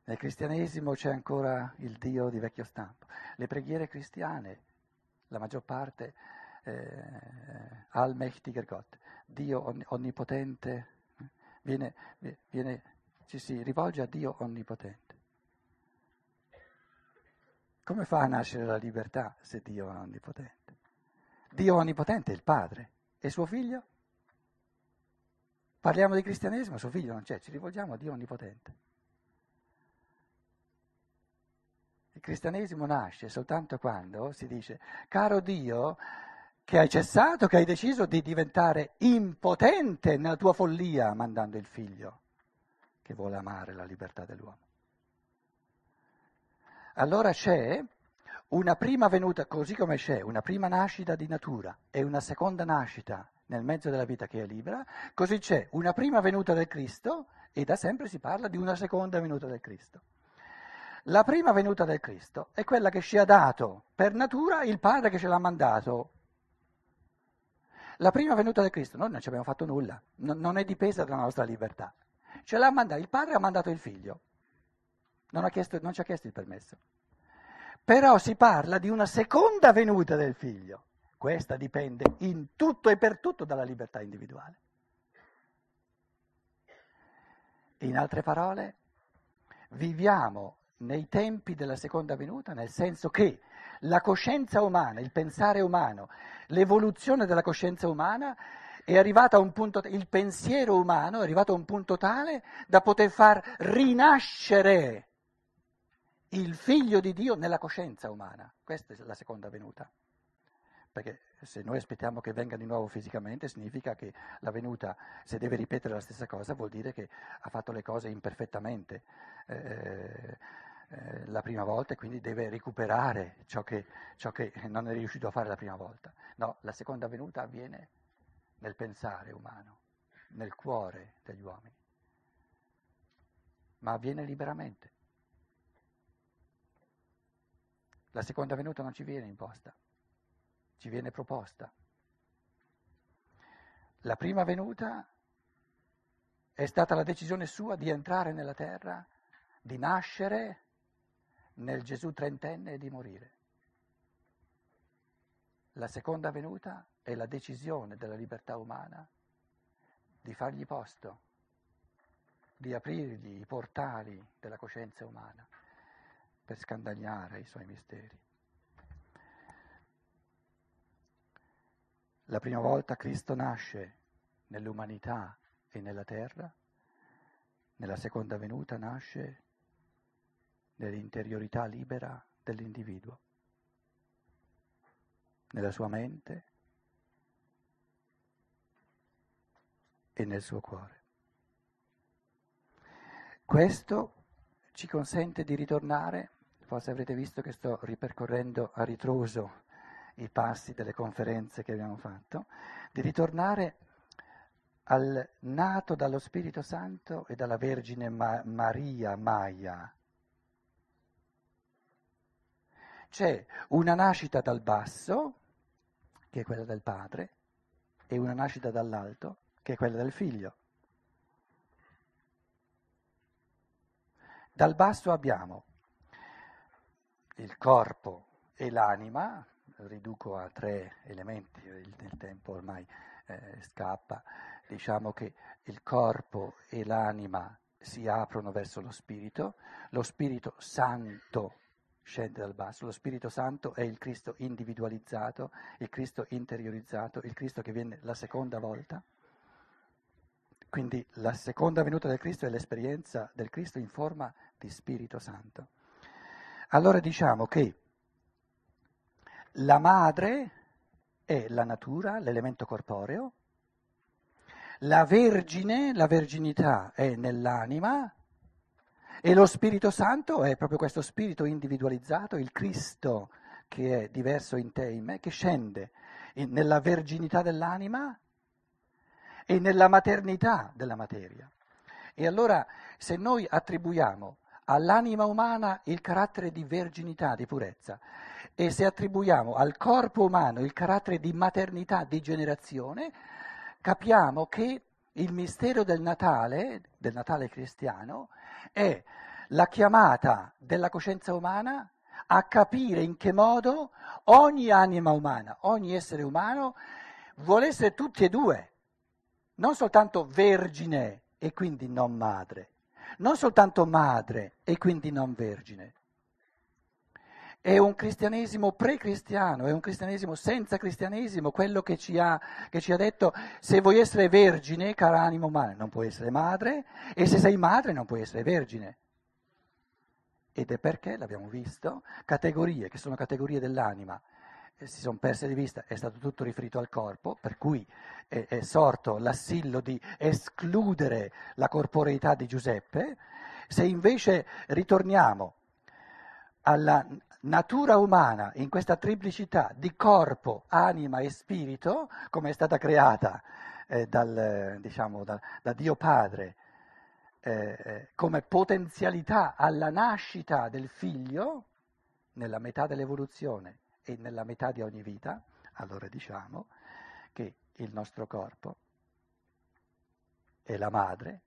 Nel cristianesimo c'è ancora il Dio di vecchio stampo. Le preghiere cristiane, la maggior parte, Allmächtiger Gott, Dio onnipotente, ci si rivolge a Dio onnipotente. Come fa a nascere la libertà se Dio è onnipotente? Dio onnipotente è il Padre, e suo figlio? Parliamo di cristianesimo, suo figlio non c'è, ci rivolgiamo a Dio onnipotente. Il cristianesimo nasce soltanto quando si dice, caro Dio, che hai cessato, che hai deciso di diventare impotente nella tua follia mandando il figlio, che vuole amare la libertà dell'uomo. Allora c'è una prima venuta, così come c'è una prima nascita di natura e una seconda nascita nel mezzo della vita che è libera, così c'è una prima venuta del Cristo e da sempre si parla di una seconda venuta del Cristo. La prima venuta del Cristo è quella che ci ha dato per natura il Padre che ce l'ha mandato. La prima venuta del Cristo, noi non ci abbiamo fatto nulla, non è dipesa dalla nostra libertà. Ce l'ha mandato, il Padre ha mandato il Figlio, non ci ha chiesto il permesso. Però si parla di una seconda venuta del Figlio. Questa dipende in tutto e per tutto dalla libertà individuale. In altre parole, viviamo nei tempi della seconda venuta, nel senso che la coscienza umana, il pensare umano, l'evoluzione della coscienza umana è arrivata a un punto, il pensiero umano è arrivato a un punto tale da poter far rinascere il figlio di Dio nella coscienza umana. Questa è la seconda venuta. Perché se noi aspettiamo che venga di nuovo fisicamente, significa che la venuta, se deve ripetere la stessa cosa, vuol dire che ha fatto le cose imperfettamente la prima volta e quindi deve recuperare ciò che non è riuscito a fare la prima volta. No, la seconda venuta avviene nel pensare umano, nel cuore degli uomini, ma avviene liberamente. La seconda venuta non ci viene imposta, ci viene proposta. La prima venuta è stata la decisione sua di entrare nella terra, di nascere nel Gesù trentenne e di morire. La seconda venuta è la decisione della libertà umana di fargli posto, di aprirgli i portali della coscienza umana per scandagliare i suoi misteri. La prima volta Cristo nasce nell'umanità e nella terra, nella seconda venuta nasce nell'interiorità libera dell'individuo, nella sua mente e nel suo cuore. Questo ci consente di ritornare, forse avrete visto che sto ripercorrendo a ritroso i passi delle conferenze che abbiamo fatto, di ritornare al nato dallo Spirito Santo e dalla Vergine Maria Maia. C'è una nascita dal basso, che è quella del Padre, e una nascita dall'alto, che è quella del Figlio. Dal basso abbiamo il corpo e l'anima, riduco a 3 elementi, il tempo ormai scappa, diciamo che il corpo e l'anima si aprono verso lo Spirito Santo scende dal basso, lo Spirito Santo è il Cristo individualizzato, il Cristo interiorizzato, il Cristo che viene la seconda volta. Quindi la seconda venuta del Cristo è l'esperienza del Cristo in forma di Spirito Santo. Allora diciamo che la madre è la natura, l'elemento corporeo, la verginità è nell'anima e lo Spirito Santo è proprio questo Spirito individualizzato, il Cristo che è diverso in te e in me, che scende nella verginità dell'anima e nella maternità della materia. E allora se noi attribuiamo all'anima umana il carattere di verginità, di purezza, e se attribuiamo al corpo umano il carattere di maternità, di generazione, capiamo che il mistero del Natale cristiano, è la chiamata della coscienza umana a capire in che modo ogni anima umana, ogni essere umano vuole essere tutti e due, non soltanto vergine e quindi non madre, non soltanto madre e quindi non vergine. È un cristianesimo pre-cristiano, è un cristianesimo senza cristianesimo, quello che ci ha detto se vuoi essere vergine, cara anima umana, non puoi essere madre, e se sei madre non puoi essere vergine. Ed è perché, l'abbiamo visto, categorie che sono categorie dell'anima si sono perse di vista, è stato tutto riferito al corpo, per cui è sorto l'assillo di escludere la corporeità di Giuseppe. Se invece ritorniamo alla natura umana in questa triplicità di corpo, anima e spirito, come è stata creata da Dio Padre, come potenzialità alla nascita del figlio, nella metà dell'evoluzione e nella metà di ogni vita, allora diciamo che il nostro corpo è la madre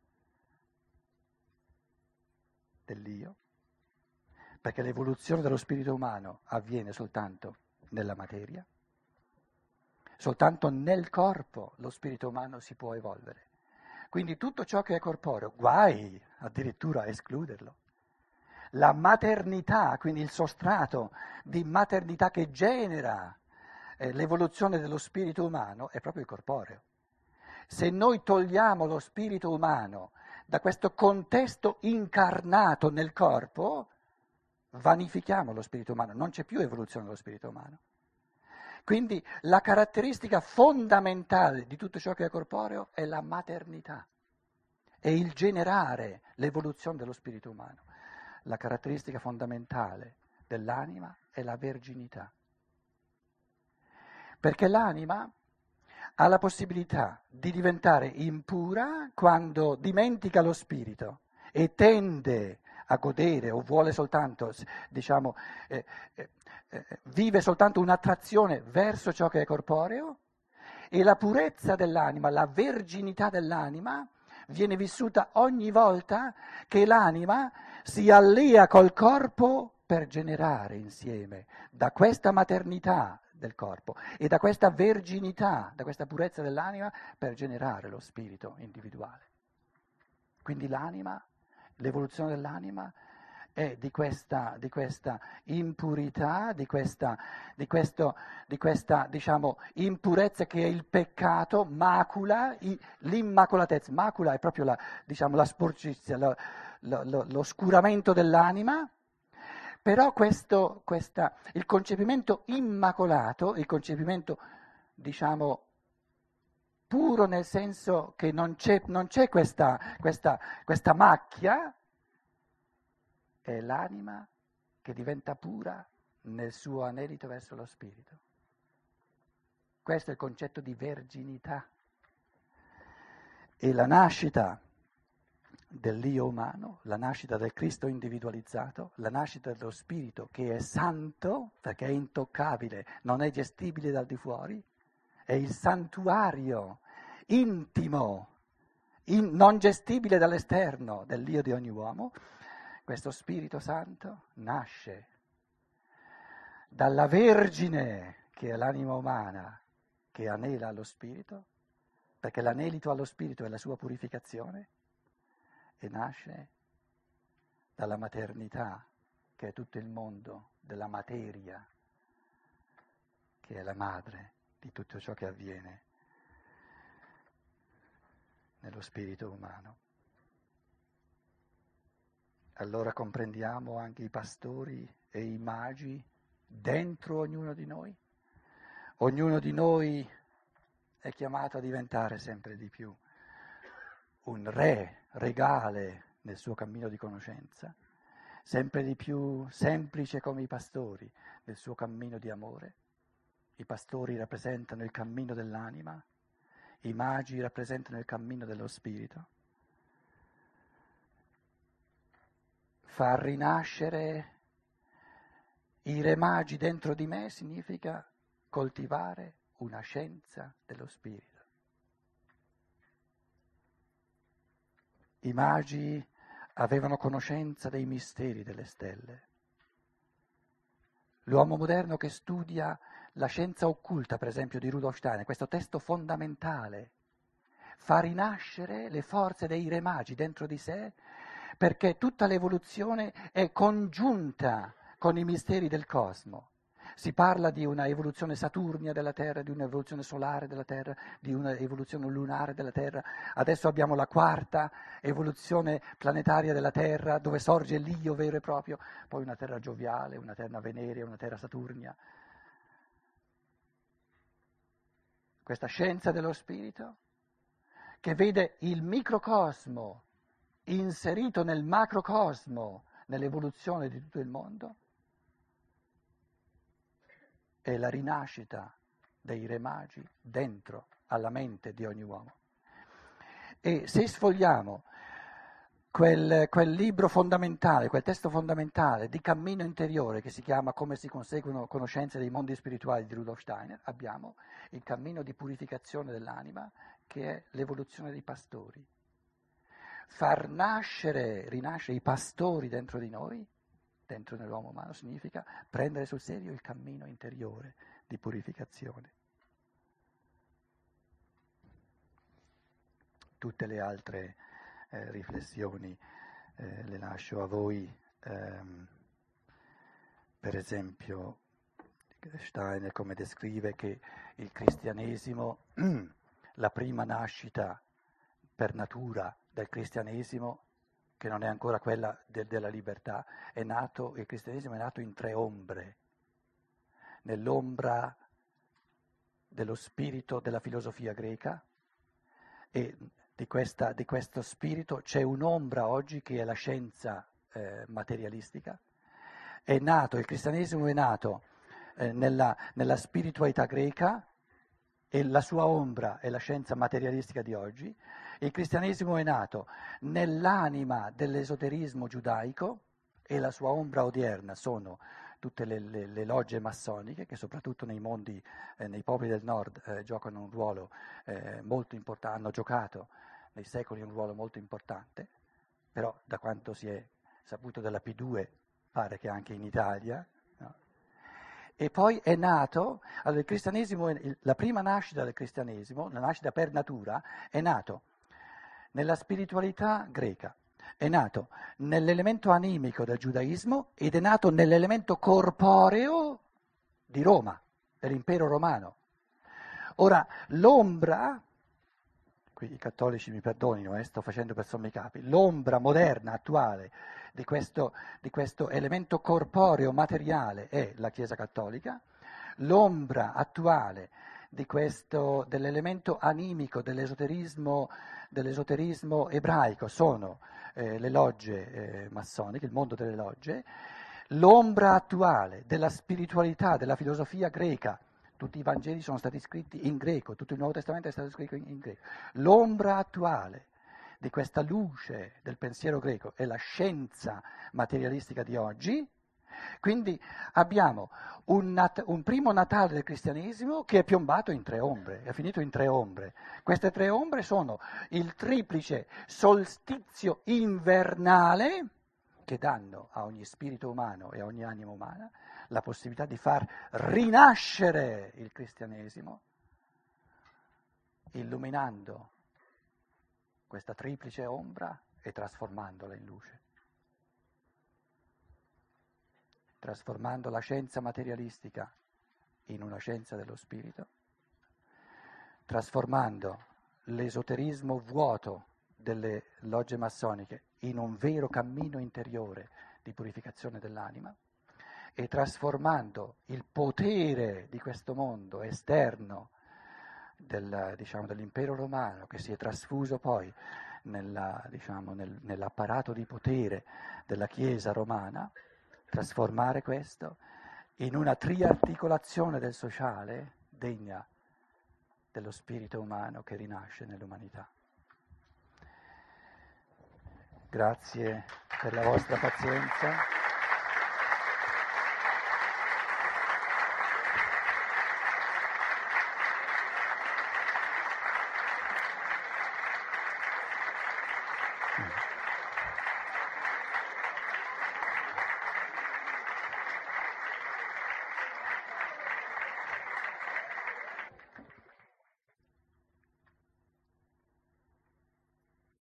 dell'io, perché l'evoluzione dello spirito umano avviene soltanto nella materia, soltanto nel corpo lo spirito umano si può evolvere. Quindi tutto ciò che è corporeo, guai addirittura a escluderlo. La maternità, quindi il sostrato di maternità che genera l'evoluzione dello spirito umano, è proprio il corporeo. Se noi togliamo lo spirito umano da questo contesto incarnato nel corpo, vanifichiamo lo spirito umano, non c'è più evoluzione dello spirito umano. Quindi la caratteristica fondamentale di tutto ciò che è corporeo è la maternità, è il generare l'evoluzione dello spirito umano. La caratteristica fondamentale dell'anima è la verginità, perché l'anima ha la possibilità di diventare impura quando dimentica lo spirito e tende a godere o vuole soltanto, diciamo, vive soltanto un'attrazione verso ciò che è corporeo, e la purezza dell'anima, la verginità dell'anima viene vissuta ogni volta che l'anima si allea col corpo per generare insieme da questa maternità del corpo e da questa verginità, da questa purezza dell'anima per generare lo spirito individuale. Quindi l'anima, l'evoluzione dell'anima è di questa impurità, di questa diciamo, impurezza che è il peccato, macula, l'immacolatezza. Macula è proprio la sporcizia, l'oscuramento dell'anima, però il concepimento immacolato, il concepimento, diciamo, puro nel senso che non c'è questa macchia, è l'anima che diventa pura nel suo anelito verso lo spirito. Questo è il concetto di verginità. E la nascita dell'io umano, la nascita del Cristo individualizzato, la nascita dello spirito che è santo, perché è intoccabile, non è gestibile dal di fuori, è il santuario intimo, non gestibile dall'esterno dell'io di ogni uomo. Questo Spirito Santo nasce dalla Vergine, che è l'anima umana, che anela allo Spirito, perché l'anelito allo Spirito è la sua purificazione, e nasce dalla maternità, che è tutto il mondo della materia, che è la madre di tutto ciò che avviene nello spirito umano. Allora comprendiamo anche i pastori e i magi dentro ognuno di noi. Ognuno di noi è chiamato a diventare sempre di più un re, regale nel suo cammino di conoscenza, sempre di più semplice come i pastori nel suo cammino di amore. I pastori rappresentano il cammino dell'anima, i magi rappresentano il cammino dello spirito. Far rinascere i re magi dentro di me significa coltivare una scienza dello spirito. I magi avevano conoscenza dei misteri delle stelle. L'uomo moderno che studia la scienza occulta, per esempio, di Rudolf Steiner, questo testo fondamentale, fa rinascere le forze dei re magi dentro di sé, perché tutta l'evoluzione è congiunta con i misteri del cosmo. Si parla di una evoluzione saturnia della Terra, di un'evoluzione solare della Terra, di un'evoluzione lunare della Terra. Adesso abbiamo la quarta evoluzione planetaria della Terra, dove sorge l'Io vero e proprio, poi una Terra gioviale, una Terra venerea, una Terra saturnia. Questa scienza dello spirito che vede il microcosmo inserito nel macrocosmo, nell'evoluzione di tutto il mondo, è la rinascita dei re magi dentro alla mente di ogni uomo. E se sfogliamo quel libro fondamentale, quel testo fondamentale di cammino interiore che si chiama Come si conseguono conoscenze dei mondi spirituali di Rudolf Steiner, abbiamo il cammino di purificazione dell'anima che è l'evoluzione dei pastori. Far rinascere i pastori dentro di noi, dentro nell'uomo umano, significa prendere sul serio il cammino interiore di purificazione. Tutte le altre riflessioni le lascio a voi. Per esempio, Steiner come descrive che il cristianesimo, la prima nascita per natura del cristianesimo, che non è ancora quella della libertà, il cristianesimo è nato in 3 ombre, nell'ombra dello spirito della filosofia greca, e di questo spirito c'è un'ombra oggi che è la scienza materialistica. Il cristianesimo è nato nella spiritualità greca, e la sua ombra è la scienza materialistica di oggi. Il cristianesimo è nato nell'anima dell'esoterismo giudaico e la sua ombra odierna sono tutte le logge massoniche che soprattutto nei mondi, nei popoli del nord giocano un ruolo molto importante, hanno giocato nei secoli un ruolo molto importante, però da quanto si è saputo della P2 pare che anche in Italia. No? E poi è nato, allora il cristianesimo, la prima nascita del cristianesimo, la nascita per natura, è nato nella spiritualità greca, è nato nell'elemento animico del giudaismo ed è nato nell'elemento corporeo di Roma, dell'impero romano. Ora, l'ombra, qui i cattolici mi perdonino, sto facendo per sommi capi, l'ombra moderna, attuale, di questo elemento corporeo materiale è la Chiesa cattolica, l'ombra attuale dell'elemento animico dell'esoterismo ebraico sono le logge massoniche, il mondo delle logge, l'ombra attuale della spiritualità, della filosofia greca. Tutti i Vangeli sono stati scritti in greco, tutto il Nuovo Testamento è stato scritto in greco. L'ombra attuale di questa luce del pensiero greco è la scienza materialistica di oggi. Quindi abbiamo un primo Natale del cristianesimo che è piombato in 3 ombre, è finito in 3 ombre. Queste 3 ombre sono il triplice solstizio invernale che danno a ogni spirito umano e a ogni anima umana la possibilità di far rinascere il cristianesimo, illuminando questa triplice ombra e trasformandola in luce, trasformando la scienza materialistica in una scienza dello spirito, trasformando l'esoterismo vuoto delle logge massoniche in un vero cammino interiore di purificazione dell'anima, e trasformando il potere di questo mondo esterno dell'impero romano, che si è trasfuso poi nell'apparato di potere della Chiesa romana, trasformare questo in una triarticolazione del sociale degna dello spirito umano che rinasce nell'umanità. Grazie per la vostra pazienza.